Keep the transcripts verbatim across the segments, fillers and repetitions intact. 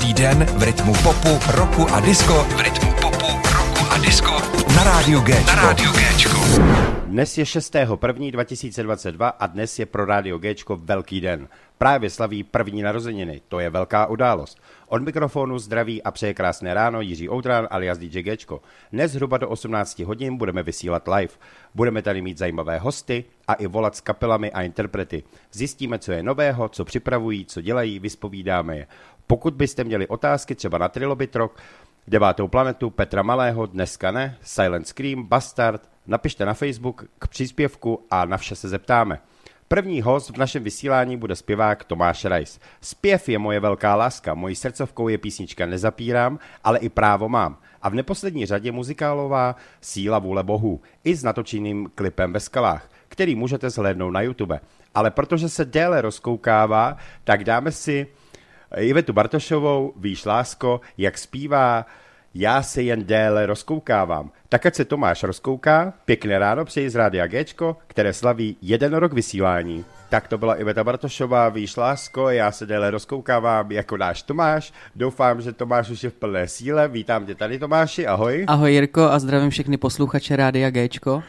Velký den v rytmu popu, rocku a disco. V rytmu popu, rocku a disco. Na rádiu Géčko. Na rádiu Géčko. Dnes je šestého prvního dva tisíce dvacet dva a dnes je pro rádio Géčko velký den. Právě slaví první narozeniny, to je velká událost. Od mikrofonu zdraví a přeje krásné ráno Jiří Oudran alias D J Géčko. Dnes zhruba do osmnácti hodin budeme vysílat live. Budeme tady mít zajímavé hosty a i volat s kapelami a interprety. Zjistíme, co je nového, co připravují, co dělají, vyspovídáme je. Pokud byste měli otázky třeba na Trilobit Rock, Devátou planetu, Petra Malého, Dneska ne, Silent Scream, Bastard, napište na Facebook k příspěvku a na vše se zeptáme. První host v našem vysílání bude zpěvák Tomáš Rais. Zpěv je moje velká láska, mojí srdcovkou je písnička Nezapírám, ale i Právo mám. A v neposlední řadě muzikálová Síla vůle bohů, i s natočeným klipem Ve skalách, který můžete zhlédnout na YouTube. Ale protože se déle rozkoukává, tak dáme si Ivetu Bartošovou, Víš lásko, jak zpívá Já se jen déle rozkoukávám. Tak ať se Tomáš rozkouká, pěkné ráno přeji z rádia Géčko, které slaví jeden rok vysílání. Tak to byla Iveta Bartošová, Víš lásko, já se déle rozkoukávám jako náš Tomáš. Doufám, že Tomáš už je v plné síle. Vítám tě tady, Tomáši, ahoj. Ahoj Jirko a zdravím všechny posluchače rádia Géčko. Uh,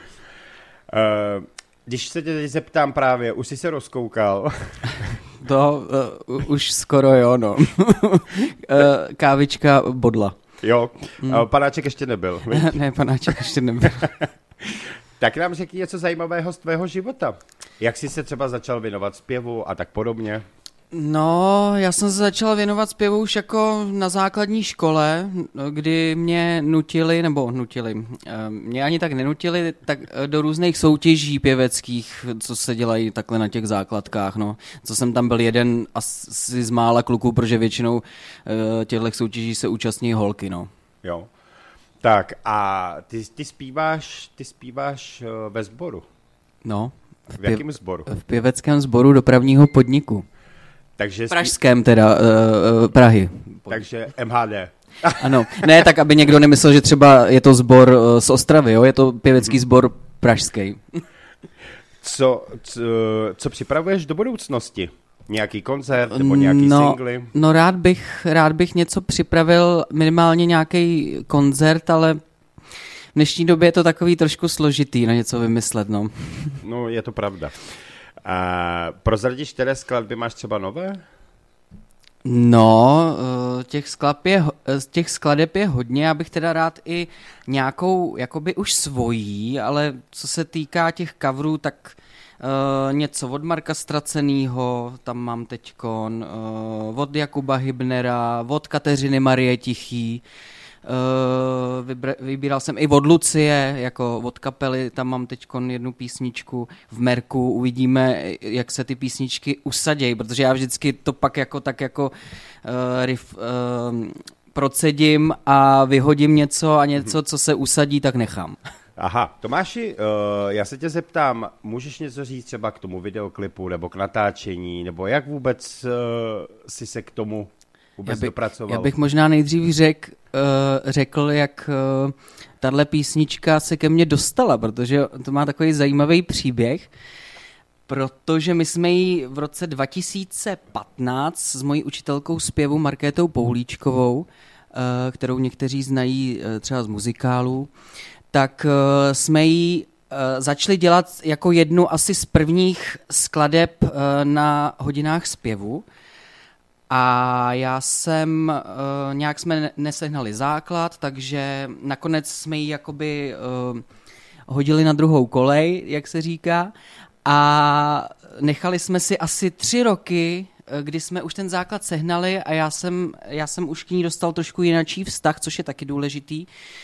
když se tě zeptám právě, už jsi se rozkoukal? To uh, už skoro jo, no. uh, kávička bodla. Jo, hmm. uh, panáček ještě nebyl. Ne, panáček ještě nebyl. Tak nám řekni něco zajímavého z tvého života. Jak jsi se třeba začal věnovat zpěvu a tak podobně? No, já jsem se začal věnovat zpěvu už jako na základní škole, kdy mě nutili, nebo nutili, mě ani tak nenutili, tak do různých soutěží pěveckých, co se dělají takhle na těch základkách, no. Co jsem tam byl jeden asi z mála kluků, protože většinou těchto soutěží se účastní holky, no. Jo. Tak a ty, ty zpíváš, ty zpíváš ve sboru? No. V, v jakém sboru? V pěveckém sboru dopravního podniku. Takže Pražském teda, uh, uh, Prahy. Takže M H D. Ano, ne, tak aby někdo nemyslel, že třeba je to sbor uh, z Ostravy, jo? Je to pěvecký sbor pražský. Co, co, co připravuješ do budoucnosti? Nějaký koncert nebo nějaký no, singly? No rád bych, rád bych něco připravil, minimálně nějaký koncert, ale v dnešní době je to takový trošku složitý na něco vymyslet, no. No, je to pravda. A prozradíš, které skladby máš třeba nové? No, těch, skladeb je, těch skladeb je hodně, já bych teda rád i nějakou, jakoby už svojí, ale co se týká těch coverů, tak uh, něco od Marka Ztracenýho, tam mám teďkon, uh, od Jakuba Hybnera, od Kateřiny Marie Tichý, Uh, vybr- vybíral jsem i od Lucie, jako od kapely, tam mám teďkon jednu písničku v Merku, uvidíme, jak se ty písničky usadějí, protože já vždycky to pak jako tak jako uh, riff, uh, procedím a vyhodím něco a něco, co se usadí, tak nechám. Aha, Tomáši, uh, já se tě zeptám, můžeš něco říct třeba k tomu videoklipu nebo k natáčení, nebo jak vůbec uh, si se k tomu vůbec já bych, dopracoval? Já bych možná nejdřív řek, uh, řekl, jak uh, tahle písnička se ke mně dostala, protože to má takový zajímavý příběh, protože my jsme ji v roce dva tisíce patnáct s mojí učitelkou zpěvu Markétou Poulíčkovou, uh, kterou někteří znají uh, třeba z muzikálů, tak uh, jsme ji uh, začali dělat jako jednu asi z prvních skladeb uh, na hodinách zpěvu. A já jsem, uh, nějak jsme nesehnali základ, takže nakonec jsme ji jakoby uh, hodili na druhou kolej, jak se říká, a nechali jsme si asi tři roky, kdy jsme už ten základ sehnali a já jsem, já jsem už k ní dostal trošku jináčí vztah, což je taky důležitý.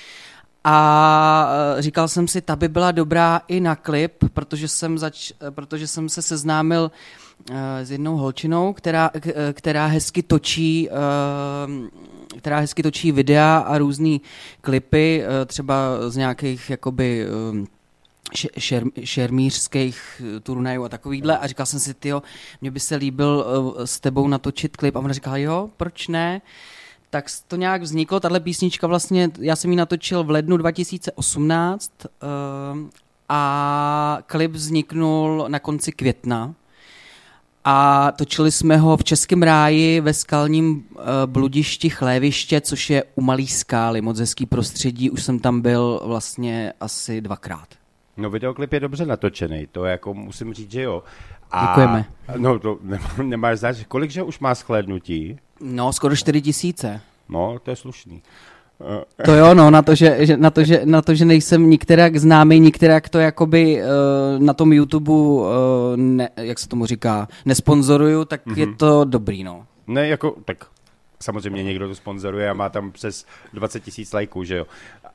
A říkal jsem si, ta by byla dobrá i na klip, protože jsem, zač, protože jsem se seznámil s jednou holčinou, která, která hezky točí, která hezky točí videa a různý klipy, třeba z nějakých jakoby šer, šermířských turnajů a takovýhle. A říkal jsem si, tyjo, mně by se líbil s tebou natočit klip. A ona říkala, jo, proč ne? Tak to nějak vzniklo, tahle písnička vlastně, já jsem ji natočil v lednu dva tisíce osmnáct uh, a klip vzniknul na konci května A točili jsme ho v Českém ráji ve skalním uh, bludišti Chléviště, což je u Malý Skály, moc hezký prostředí, už jsem tam byl vlastně asi dvakrát. No videoklip je dobře natočený, to jako musím říct, že jo. A, Děkujeme. No to nemáš znát, kolik že už má shlédnutí? No, skoro čtyři tisíce. No, to je slušný. To jo, no, na to, že, že, na to, že, na to, že nejsem nikterak známý, nikterak to jakoby uh, na tom YouTube, uh, ne, jak se tomu říká, nesponzoruju, tak mm-hmm. je to dobrý, no. Ne, jako, tak samozřejmě někdo to sponzoruje a má tam přes dvacet tisíc lajků, že jo.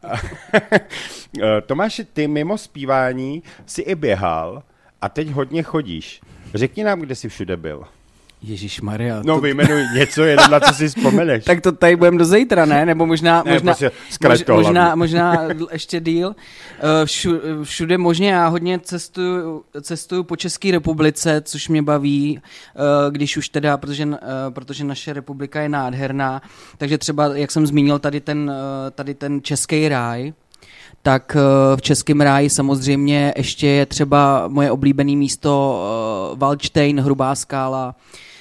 Tomáši, ty mimo zpívání si i běhal a teď hodně chodíš. Řekni nám, kde jsi všude byl. Ježišmarja. No to... vyjmenuj něco, jenom na co si vzpomeneš. Tak to tady budeme do zítra, ne? Nebo možná, ne, možná, mož, možná, možná ještě díl. Všu, všude možně já hodně cestuju, cestuju po České republice, což mě baví, když už teda, protože, protože naše republika je nádherná, takže třeba, jak jsem zmínil, tady ten, tady ten Český ráj, tak v Českém ráji samozřejmě ještě je třeba moje oblíbené místo Valdštejn, Hrubá Skála,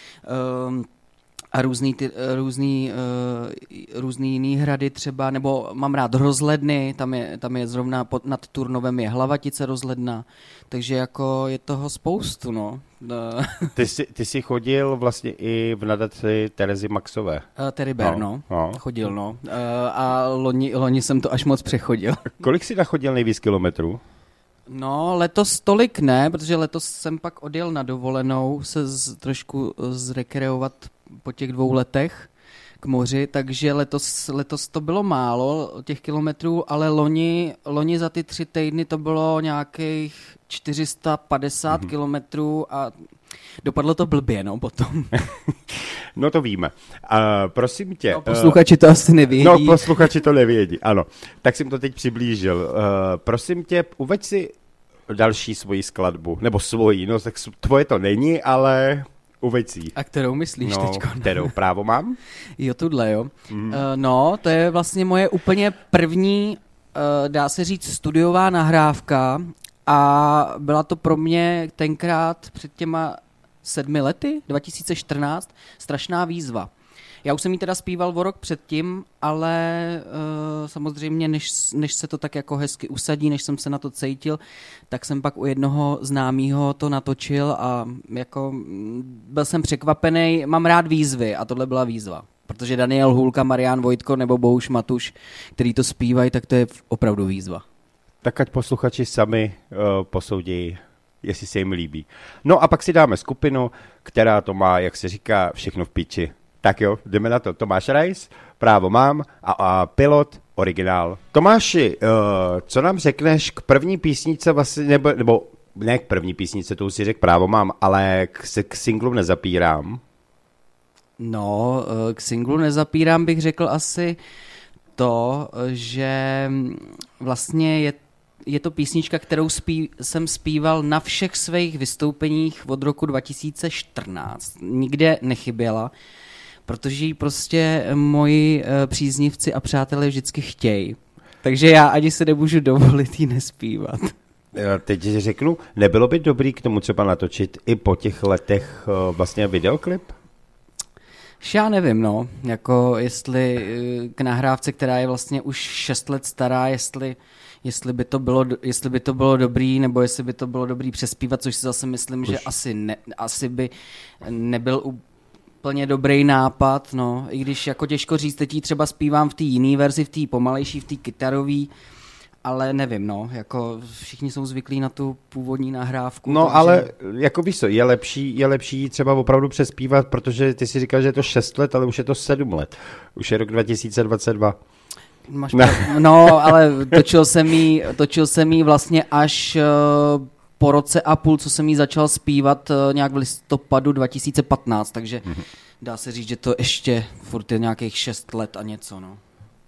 Um, a různý, ty, různý, uh, různý jiný hrady třeba, nebo mám rád Rozhledny, tam je, tam je zrovna pod, nad Turnovem je Hlavatice Rozhledna, takže jako je toho spoustu, no. Ty jsi, ty jsi chodil vlastně i v nadaci Terezy Maxové. Uh, Teriber, no, no, no. Chodil, no. Uh, a loni, loni jsem to až moc přechodil. Kolik jsi nachodil nejvíc kilometrů? No, letos tolik ne, protože letos jsem pak odjel na dovolenou se z, trošku zrekreovat po těch dvou letech k moři, takže letos, letos to bylo málo těch kilometrů, ale loni, loni za ty tři týdny to bylo nějakých čtyři sta padesát mm-hmm. kilometrů a dopadlo to blbě, no, potom. No to víme. Uh, prosím tě. No, posluchači to asi nevědí. No, posluchači to nevědí, ano. Tak jsem to teď přiblížil. Uh, prosím tě, uveď si další svoji skladbu, nebo svoji, no tak tvoje to není, ale uveď si ji. A kterou myslíš no, teďko? Kterou právo mám? Jo, tuhle, jo. Mm. Uh, no, to je vlastně moje úplně první, uh, dá se říct, studiová nahrávka a byla to pro mě tenkrát před těma sedmi lety, dva tisíce čtrnáct, strašná výzva. Já už jsem ji teda zpíval o rok předtím, ale uh, samozřejmě, než, než se to tak jako hezky usadí, než jsem se na to cítil, tak jsem pak u jednoho známého to natočil a jako byl jsem překvapený, mám rád výzvy a tohle byla výzva. Protože Daniel Hůlka, Marián Vojtko nebo Bohuš Matuš, který to zpívají, tak to je opravdu výzva. Tak ať posluchači sami uh, posoudí, jestli se jim líbí. No a pak si dáme skupinu, která to má, jak se říká, všechno v piči. Tak jo, jdeme na to. Tomáš Rais, Právo mám a, a Pilot, originál. Tomáši, uh, co nám řekneš k první písnice, vlastně, nebo, nebo ne k první písnice, to už si řekl Právo mám, ale k, k singlu Nezapírám? No, k singlu Nezapírám bych řekl asi to, že vlastně je Je to písnička, kterou spí, jsem zpíval na všech svých vystoupeních od roku dva tisíce čtrnáct. Nikde nechyběla, protože ji prostě moji e, příznivci a přátelé vždycky chtějí. Takže já ani se nemůžu dovolit jí nespívat. Teď řeknu, nebylo by dobrý k tomu třeba natočit i po těch letech e, vlastně videoklip? Já nevím, no, jako jestli k nahrávce, která je vlastně už šest let stará, jestli Jestli by, to bylo, jestli by to bylo dobrý, nebo jestli by to bylo dobrý přespívat, což si zase myslím, Už. že asi, ne, asi by nebyl úplně dobrý nápad, no, i když jako těžko říct, teď třeba zpívám v té jiné verzi, v té pomalejší, v té kytarový, ale nevím, no, jako všichni jsou zvyklí na tu původní nahrávku. No, takže... ale jako víš co, je lepší, je lepší třeba opravdu přespívat, protože ty si říkal, že je to šest let, ale už je to sedm let. Už je rok dva tisíce dvacet dva. Máš no. no, ale točil jsem jí, točil jsem jí vlastně až uh, po roce a půl, co jsem jí začal zpívat uh, nějak v listopadu dva tisíce patnáct, takže mm-hmm. dá se říct, že to ještě furt je nějakých šest let a něco, no.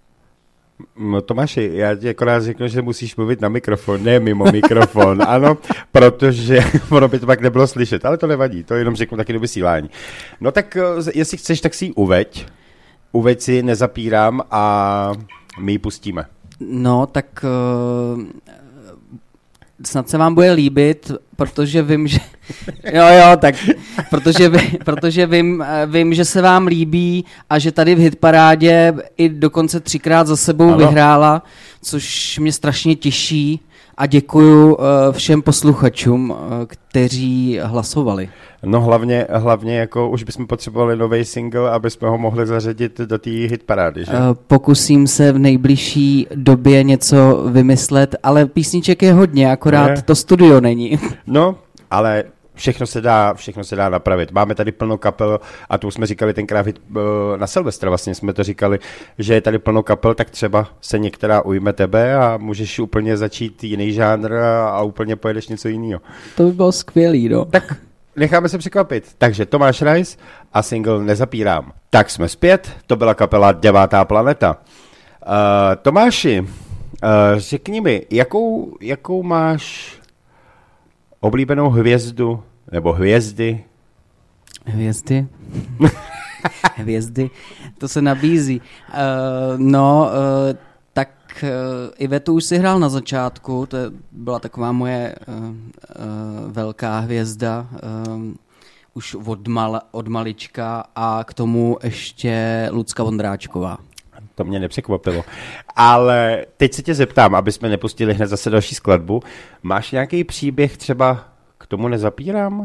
No Tomáši, já ti akorát řeknu, že musíš mluvit na mikrofon, ne mimo mikrofon, ano, protože ono by to pak nebylo slyšet, ale to nevadí, to jenom řeknu taky do vysílání. No tak jestli chceš, tak si ji uveď, uveď si Nezapírám a my ji pustíme. No, tak uh, snad se vám bude líbit, protože vím, že... Jo, jo, tak, protože, vy, protože vím, vím, že se vám líbí a že tady v hitparádě i dokonce třikrát za sebou ano. vyhrála, což mě strašně těší a děkuju všem posluchačům, kteří hlasovali. No hlavně, hlavně jako už bychom potřebovali nový single, aby jsme ho mohli zařadit do té hitparády, že? Pokusím se v nejbližší době něco vymyslet, ale písniček je hodně, akorát ne. to studio není. No, ale všechno se dá, všechno se dá napravit. Máme tady plno kapel a tu jsme říkali tenkrát na Silvestra, vlastně jsme to říkali, že je tady plno kapel, tak třeba se některá ujme tebe a můžeš úplně začít jiný žánr a, a úplně pojedeš něco jiného. To by bylo skvělý, no. Tak necháme se překvapit. Takže Tomáš Rais a single Nezapírám. Tak jsme zpět, to byla kapela Devátá planeta. Uh, Tomáši, uh, řekni mi, jakou, jakou máš oblíbenou hvězdu, nebo hvězdy? Hvězdy? Hvězdy, to se nabízí. Uh, no, uh, tak uh, Ivetu už si hrál na začátku, to byla taková moje uh, uh, velká hvězda, uh, už od, mal, od malička a k tomu ještě Lucka Vondráčková. To mě nepřekvapilo. Ale teď se tě zeptám, aby jsme nepustili hned zase další skladbu. Máš nějaký příběh třeba k tomu Nezapírám?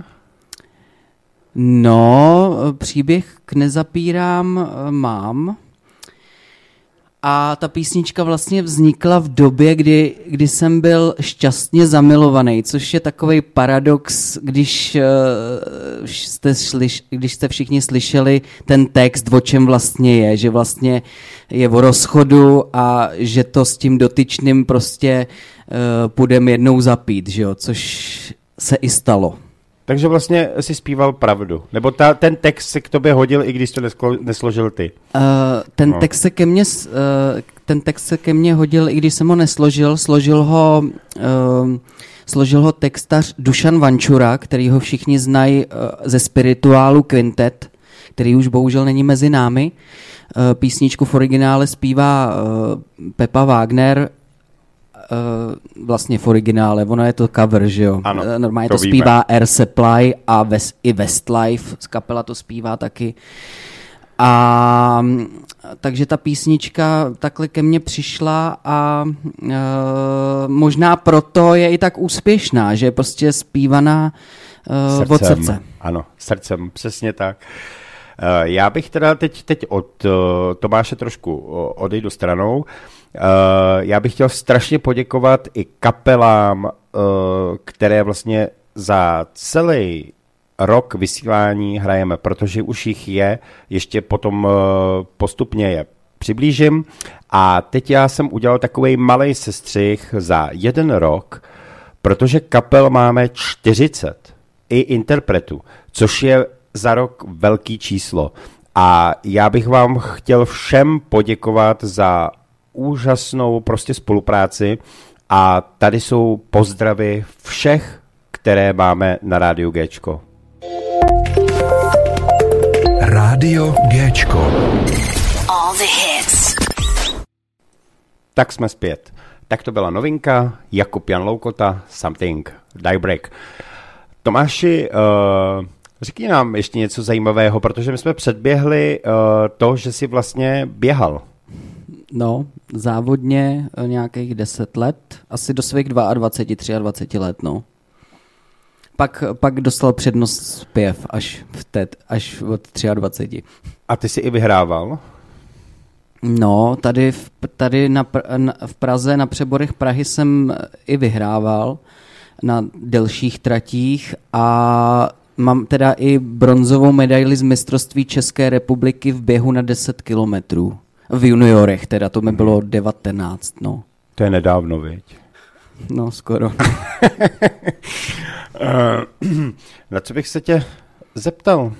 No, příběh k Nezapírám mám. A ta písnička vlastně vznikla v době, kdy, kdy jsem byl šťastně zamilovaný, což je takovej paradox, když, uh, jste, slyš, když jste všichni slyšeli ten text, o čem vlastně je, že vlastně je o rozchodu a že to s tím dotyčným prostě uh, půjdeme jednou zapít, že jo, což se i stalo. Takže vlastně si zpíval pravdu. Nebo ta, ten text se k tobě hodil, i když to nesklo, nesložil ty. Uh, ten, no. text se ke mně, uh, ten text se ke mně hodil, i když jsem ho nesložil. Složil ho, uh, složil ho textař Dušan Vančura, který ho všichni znají uh, ze Spirituálu Quintet, který už bohužel není mezi námi. Uh, písničku v originále zpívá uh, Pepa Wagner, Uh, vlastně v originále, ono je to cover, že jo? Ano, normálně to, to zpívá Air Supply a West, i Westlife, z kapela to zpívá taky. A takže ta písnička takhle ke mně přišla a uh, možná proto je i tak úspěšná, že je prostě zpívaná uh, od srdce. Ano, srdcem, přesně tak. Uh, já bych teda teď, teď od uh, Tomáše trošku uh, odejdu stranou. Uh, já bych chtěl strašně poděkovat i kapelám, uh, které vlastně za celý rok vysílání hrajeme, protože už jich je, ještě potom uh, postupně je přiblížím. A teď já jsem udělal takovej malej sestřih za jeden rok, protože kapel máme čtyřicet i interpretů, což je za rok velký číslo. A já bych vám chtěl všem poděkovat za úžasnou prostě spolupráci a tady jsou pozdravy všech, které máme na Rádiu Géčko. Rádio Géčko. All the hits. Tak jsme zpět. Tak to byla novinka, Jakub Jan Loukota, Something, Die Break. Tomáši, uh, řekni nám ještě něco zajímavého, protože my jsme předběhli uh, to, že jsi vlastně běhal. No, závodně nějakých deset let, asi do svých dvacet dva, dvacet tři let, no. Pak, pak dostal přednost zpěv až, v té, až od dvacet tři. A ty jsi i vyhrával? No, tady, v, tady na, na, v Praze, na přeborech Prahy jsem i vyhrával na delších tratích a mám teda i bronzovou medaili z mistrovství České republiky v běhu na deset kilometrů. V juniorech teda, to mi bylo devatenáct, no. To je nedávno, viď? No, skoro. Na co bych se tě zeptal? Uh,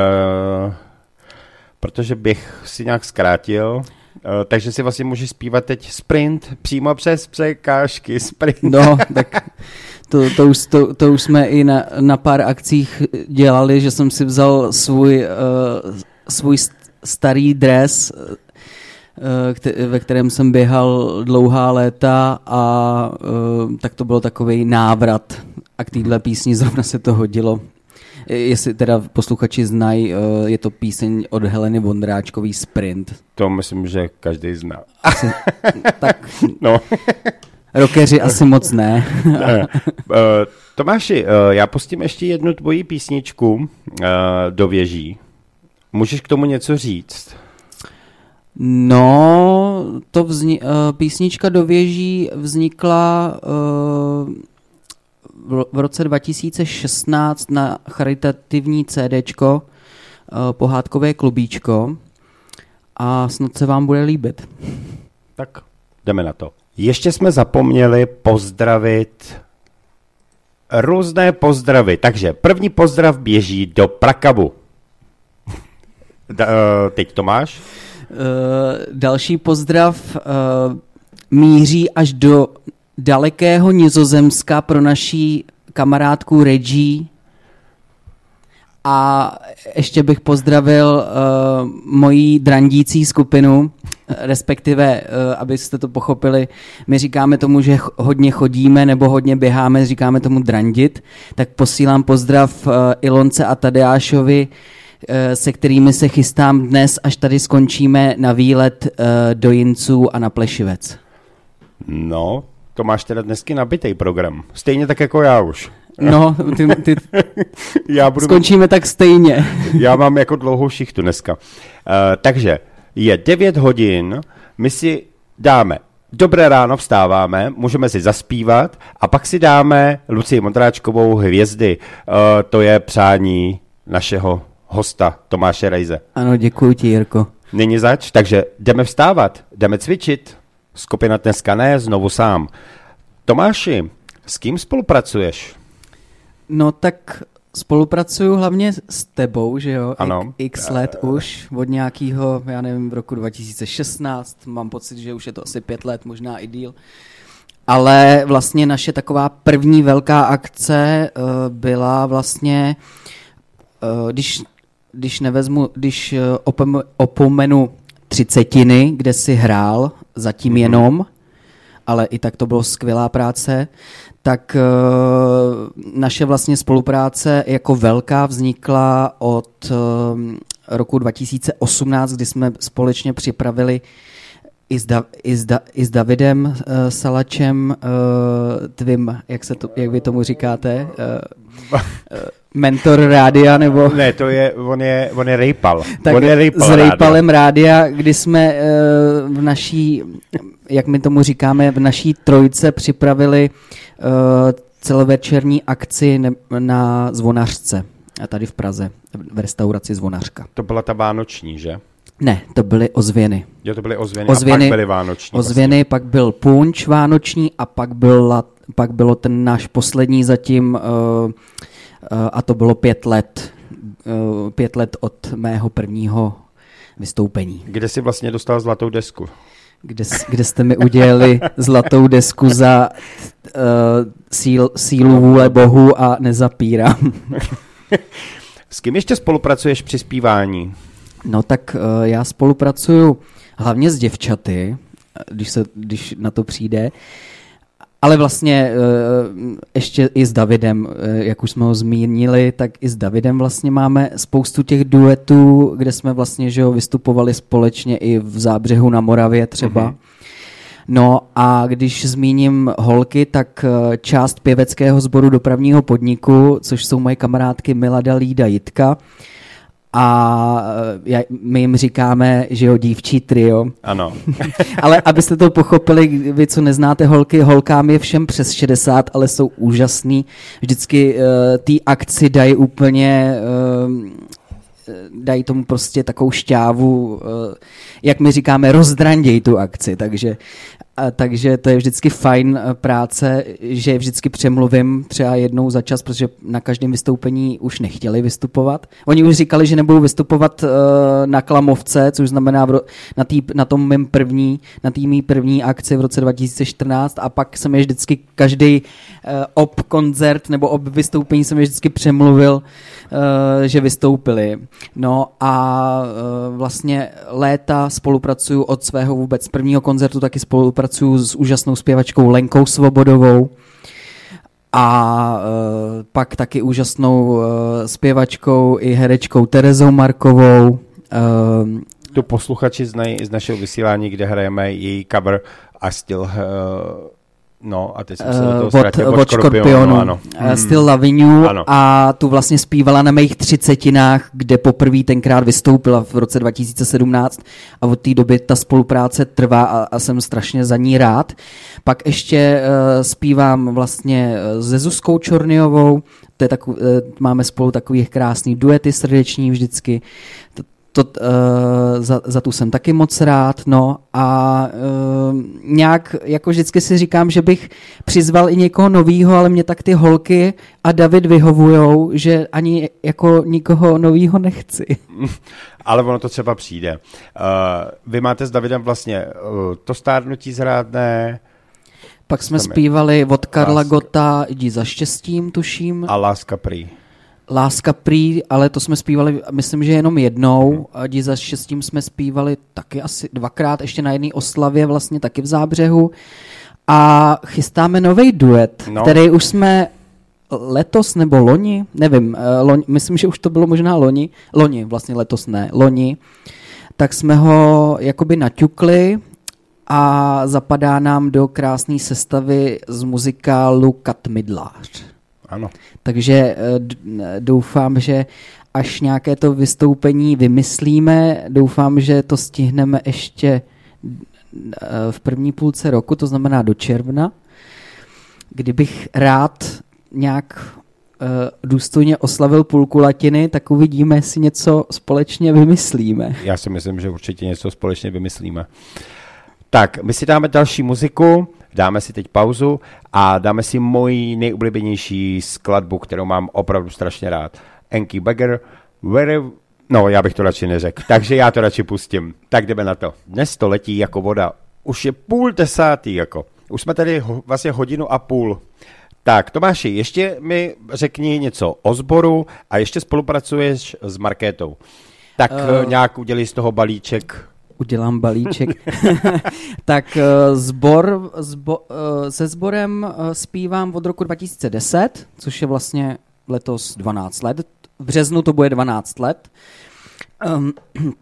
protože bych si nějak zkrátil, uh, takže si vlastně můžeš zpívat teď sprint přímo přes překážky, sprint. No, tak to, to, už, to, to už jsme i na, na pár akcích dělali, že jsem si vzal svůj, uh, svůj starý dres ve kterém jsem běhal dlouhá léta a tak to bylo takovej návrat a k téhle písni zrovna se to hodilo. Jestli teda posluchači znají, je to píseň od Heleny Vondráčkový Sprint. To myslím, že každý zná. Asi, tak no. Rockeři asi moc ne. ne. Uh, Tomáši, uh, já pustím ještě jednu tvoji písničku uh, do věží. Můžeš k tomu něco říct? No, to vzni- uh, písnička do věží vznikla uh, v, v roce dva tisíce šestnáct na charitativní CDčko uh, Pohádkové klubíčko a snad se vám bude líbit. Tak jdeme na to. Ještě jsme zapomněli pozdravit různé pozdravy, takže první pozdrav běží do Prakabu. Da, uh, teď Tomáš. Uh, další pozdrav uh, míří až do dalekého Nizozemska pro naší kamarádku Reggie. A ještě bych pozdravil uh, moji drandící skupinu, respektive, uh, abyste to pochopili, my říkáme tomu, že hodně chodíme nebo hodně běháme, říkáme tomu drandit, tak posílám pozdrav uh, Ilonce a Tadeášovi, uh, se kterými se chystám dnes, až tady skončíme na výlet uh, do Jinců a na Plešivec. No, to máš teda dnesky nabitej program, stejně tak jako já už. No, ty, ty já budu... skončíme tak stejně. Já mám jako dlouhou šichtu dneska. Uh, takže je devět hodin, my si dáme dobré ráno, vstáváme, můžeme si zaspívat a pak si dáme Lucii Mondráčkovou Hvězdy. Uh, to je přání našeho hosta Tomáše Rejze. Ano, děkuji ti, Jirko. Není zač, takže jdeme vstávat, jdeme cvičit. Skupina dneska ne, znovu sám. Tomáši, s kým spolupracuješ? No tak spolupracuju hlavně s tebou, že jo, ano. X let už, od nějakého, já nevím, v roku dva tisíce šestnáct, mám pocit, že už je to asi pět let, možná i díl. Ale vlastně naše taková první velká akce uh, byla vlastně, uh, když, když nevezmu, když uh, opom, opomenu třicetiny, kde si hrál, zatím mm-hmm. jenom, ale i tak to bylo skvělá práce, tak uh, naše vlastně spolupráce jako velká vznikla od uh, roku dva tisíce osmnáct, kdy jsme společně připravili i s, da, i s, da, i s Davidem uh, Salačem, uh, tvým, jak, se to, jak vy tomu říkáte, uh, uh, mentor rádia, nebo... Ne, to je, on je, on je Rejpal. Tak on je Rejpal s Rejpalem rádia, kdy jsme uh, v naší, jak my tomu říkáme, v naší trojce připravili uh, celovečerní akci ne, na Zvonařce, tady v Praze, v restauraci Zvonařka. To byla ta vánoční, že? Ne, to byly ozvěny. Jo, to byly ozvěny, ozvěny a pak byly vánoční. Ozvěny, vlastně. Pak byl punč vánoční a pak, byla, pak bylo ten náš poslední zatím uh, uh, a to bylo pět let. Uh, pět let od mého prvního vystoupení. Kde jsi vlastně dostal zlatou desku? Kde, kde jste mi udělali zlatou desku za uh, síl, sílu vůle Bohu a nezapírám. S kým ještě spolupracuješ při zpívání? No tak uh, já spolupracuju hlavně s děvčaty, když, se, když na to přijde, ale vlastně uh, ještě i s Davidem, uh, jak už jsme ho zmínili, tak i s Davidem vlastně máme spoustu těch duetů, kde jsme vlastně že jo, vystupovali společně i v Zábřehu na Moravě třeba. Mm-hmm. No a když zmíním holky, tak část pěveckého sboru Dopravního podniku, což jsou moje kamarádky Milada, Lída, Jitka, a my jim říkáme, že jo, dívčí trio. Ano. Ale abyste to pochopili, vy, co neznáte holky, holkám je všem přes šedesát, ale jsou úžasný. Vždycky uh, ty akci dají úplně, uh, dají tomu prostě takovou šťávu, uh, jak my říkáme, rozdranděj tu akci, takže A takže to je vždycky fajn práce, že vždycky přemluvím třeba jednou za čas, protože na každém vystoupení už nechtěli vystupovat. Oni už říkali, že nebudou vystupovat uh, na Klamovce, což znamená v ro- na, tý, na tom mým první, na té mý první akci v roce dva tisíce čtrnáct a pak jsem je vždycky každý uh, ob koncert nebo ob vystoupení jsem je vždycky přemluvil, uh, že vystoupili. No a uh, vlastně léta spolupracuju od svého vůbec prvního koncertu, taky spolupracuju s úžasnou zpěvačkou Lenkou Svobodovou a uh, pak taky úžasnou uh, zpěvačkou i herečkou Terezou Markovou. Uh, tu posluchači znají z našeho vysílání, kde hrajeme její cover a styl uh, no a teď jsem se do toho ztratil. Od, od Škorpionu. Ano. Hmm. Styl Love You ano. A tu vlastně zpívala na mých třicetinách, kde poprvé tenkrát vystoupila v roce dva tisíce sedmnáct a od té doby ta spolupráce trvá a, a jsem strašně za ní rád. Pak ještě uh, zpívám vlastně se Zuzkou Čornyovou, to je takový, uh, máme spolu takový krásný duety srdeční vždycky. To, To, uh, za, za tu jsem taky moc rád, no a uh, nějak jako vždycky si říkám, že bych přizval i někoho novýho, ale mě tak ty holky a David vyhovujou, že ani jako nikoho novýho nechci. Ale ono to třeba přijde. Uh, vy máte s Davidem vlastně uh, to stárnutí zrádné. Pak jsme zpívali od Karla Láska. Gotta Jdi za štěstím, tuším. A Láska prý. Láska prý, ale to jsme zpívali, myslím, že jenom jednou. A Jdi za štěstím jsme zpívali taky asi dvakrát, ještě na jedné oslavě vlastně taky v Zábřehu. A chystáme nový duet, no. který už jsme letos nebo loni, nevím, loni, myslím, že už to bylo možná loni, loni, vlastně letos ne, loni, tak jsme ho jakoby naťukli a zapadá nám do krásné sestavy z muzikálu Kat Mydlář. Ano. Takže doufám, že až nějaké to vystoupení vymyslíme, doufám, že to stihneme ještě v první půlce roku, to znamená do června, kdybych rád nějak důstojně oslavil půlku latiny, tak uvidíme, jestli něco společně vymyslíme. Já si myslím, že určitě něco společně vymyslíme. Tak, my si dáme další muziku, dáme si teď pauzu a dáme si moji nejoblíbenější skladbu, kterou mám opravdu strašně rád. Enki Bagger, where... No, já bych to radši neřekl, takže já to radši pustím. Tak jdeme na to. Dnes to letí jako voda. Už je půl desátý, jako. Už jsme tady ho, vlastně hodinu a půl. Tak, Tomáši, ještě mi řekni něco o sboru a ještě spolupracuješ s Markétou. Tak uh... nějak udělej z toho balíček. Udělám balíček. Tak sbor, zbo, se sborem zpívám od roku dva tisíce deset, což je vlastně letos dvanáct let. V březnu to bude dvanáct let. Um,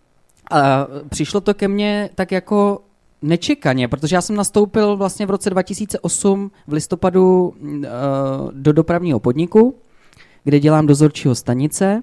a přišlo to ke mně tak jako nečekaně, protože já jsem nastoupil vlastně v roce dva tisíce osm v listopadu uh, do dopravního podniku, kde dělám dozorčího stanice.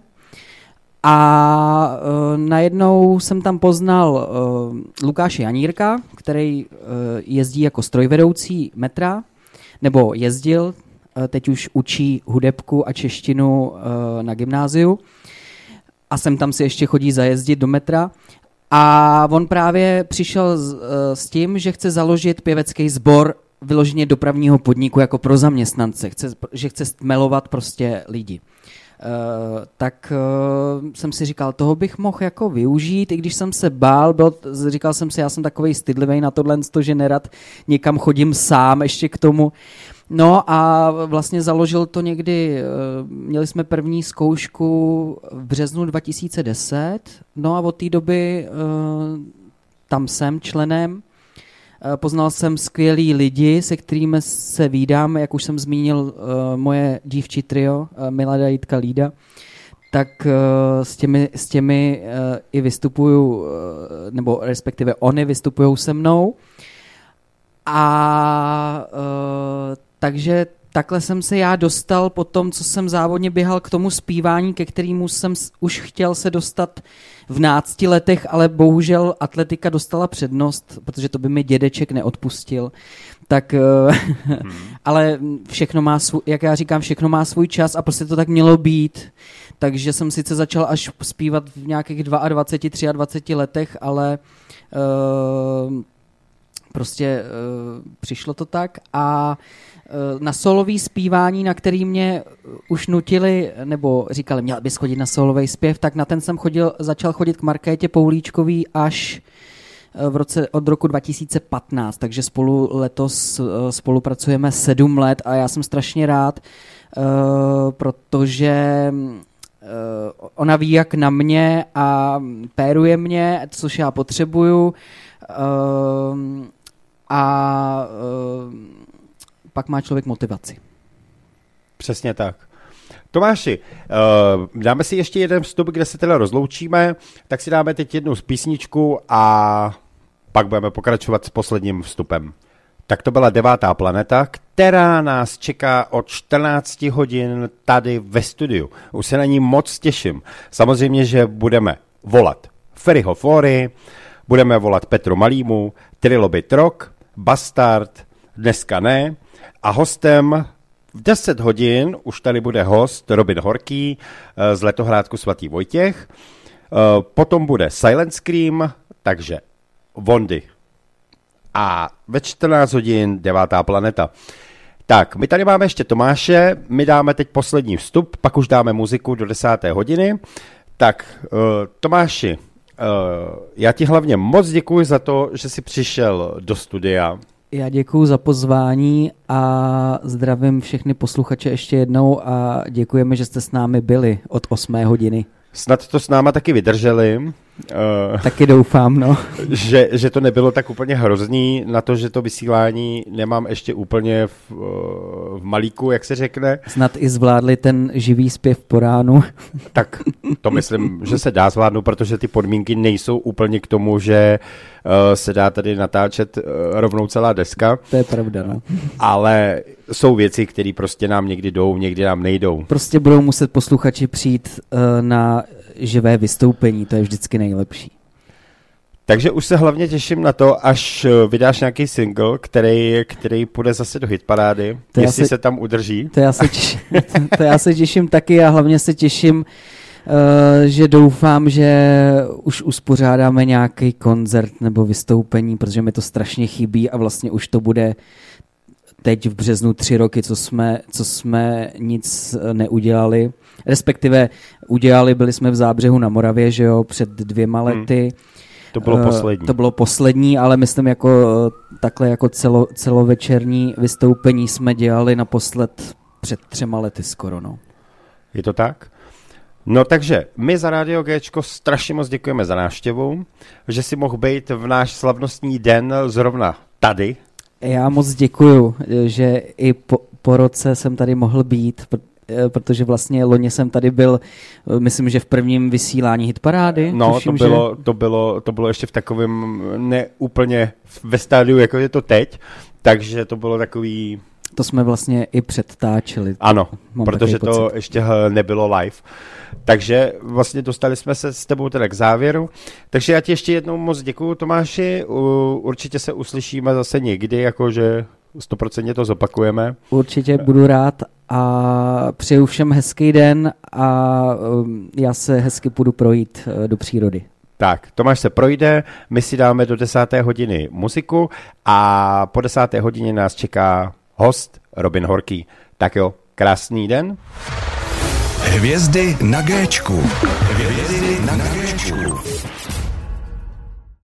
A uh, najednou jsem tam poznal uh, Lukáše Janírka, který uh, jezdí jako strojvedoucí metra, nebo jezdil, uh, teď už učí hudebku a češtinu uh, na gymnáziu a sem tam si ještě chodí zajezdit do metra. A on právě přišel s, uh, s tím, že chce založit pěvecký sbor vyloženě dopravního podniku jako pro zaměstnance, chce, že chce stmelovat prostě lidi. Uh, tak uh, jsem si říkal, toho bych mohl jako využít, i když jsem se bál, byl, říkal jsem si, já jsem takovej stydlivej na tohle, že nerad někam chodím sám ještě k tomu. No a vlastně založil to někdy, uh, měli jsme první zkoušku v březnu dva tisíce deset, no a od té doby uh, tam jsem členem. Poznal jsem skvělý lidi, se kterými se vídám, jak už jsem zmínil uh, moje dívčí trio, uh, Milada, Jitka, Lída, tak uh, s těmi, s těmi uh, i vystupuju, uh, nebo respektive oni vystupují se mnou. A uh, takže takhle jsem se já dostal po tom, co jsem závodně běhal k tomu zpívání, ke kterému jsem už chtěl se dostat v nácti letech, ale bohužel atletika dostala přednost, protože to by mi dědeček neodpustil. Tak, hmm. ale všechno má svůj, jak já říkám, všechno má svůj čas a prostě to tak mělo být. Takže jsem sice začal až zpívat v nějakých dvaceti dvou, dvaceti třech letech, ale uh, prostě uh, přišlo to tak a uh, na solový zpívání, na který mě už nutili, nebo říkali, měl bys chodit na solový zpěv, tak na ten jsem chodil, začal chodit k Markétě Poulíčkový až v roce od roku dva tisíce patnáct, takže spolu letos uh, spolupracujeme sedm let a já jsem strašně rád, uh, protože uh, ona ví jak na mě a péruje mě, což já potřebuju uh, a uh, pak má člověk motivaci. Přesně tak. Tomáši, uh, dáme si ještě jeden vstup, kde se teda rozloučíme, tak si dáme teď jednu z písničku a pak budeme pokračovat s posledním vstupem. Tak to byla Devátá planeta, která nás čeká od čtrnácti hodin tady ve studiu. Už se na ní moc těším. Samozřejmě, že budeme volat Ferryho Flory, budeme volat Petru Malýmu, Trilobit Rock, Bastard, Dneska ne a hostem v deset hodin už tady bude host Robin Horký z Letohrádku Svatý Vojtěch. Potom bude Silent Scream, takže Vondy. A ve čtrnáct hodin Devátá planeta. Tak, my tady máme ještě Tomáše, my dáme teď poslední vstup, pak už dáme muziku do desáté hodiny. Tak, uh, Tomáši, uh, já ti hlavně moc děkuji za to, že jsi přišel do studia. Já děkuji za pozvání a zdravím všechny posluchače ještě jednou a děkujeme, že jste s námi byli od osmé hodiny. Snad to s náma taky vydrželi. Uh, taky doufám, no. že, že to nebylo tak úplně hrozný na to, že to vysílání nemám ještě úplně v, v malíku, jak se řekne. Snad i zvládli ten živý zpěv po ránu. Tak to myslím, že se dá zvládnout, protože ty podmínky nejsou úplně k tomu, že uh, se dá tady natáčet uh, rovnou celá deska. To je pravda, no. Ale jsou věci, které prostě nám někdy jdou, někdy nám nejdou. Prostě budou muset posluchači přijít uh, na živé vystoupení, to je vždycky nejlepší. Takže už se hlavně těším na to, až vydáš nějaký single, který, který půjde zase do hitparády, to jestli se, se tam udrží. To já se, těším, to já se těším taky a hlavně se těším, uh, že doufám, že už uspořádáme nějaký koncert nebo vystoupení, protože mi to strašně chybí a vlastně už to bude teď v březnu tři roky, co jsme, co jsme nic neudělali. Respektive udělali, byli jsme v Zábřehu na Moravě, že jo, před dvěma lety. Hmm. To bylo uh, poslední. To bylo poslední, ale myslím jako takhle jako celo, celovečerní vystoupení jsme dělali naposled před třema lety skoro, no. Je to tak? No takže my za Rádio Géčko strašně moc děkujeme za návštěvu, že si mohl být v náš slavnostní den zrovna tady. Já moc děkuju, že i po, po roce jsem tady mohl být, protože vlastně loni jsem tady byl, myslím, že v prvním vysílání hitparády. No, tuším, to, bylo, že... to, bylo, to bylo ještě v takovém neúplně ve stádiu, jako je to teď, takže to bylo takový... To jsme vlastně i předtáčeli. Ano, protože to ještě nebylo live. Takže vlastně dostali jsme se s tebou teda k závěru. Takže já ti ještě jednou moc děkuju, Tomáši. Určitě se uslyšíme zase někdy, jakože sto procent to zopakujeme. Určitě budu rád a přeju všem hezký den a já se hezky půjdu projít do přírody. Tak, Tomáš se projde, my si dáme do desáté hodiny muziku a po desáté hodině nás čeká host Robin Horký. Tak jo, krásný den. Hvězdy na Géčku. Hvězdy na Géčku.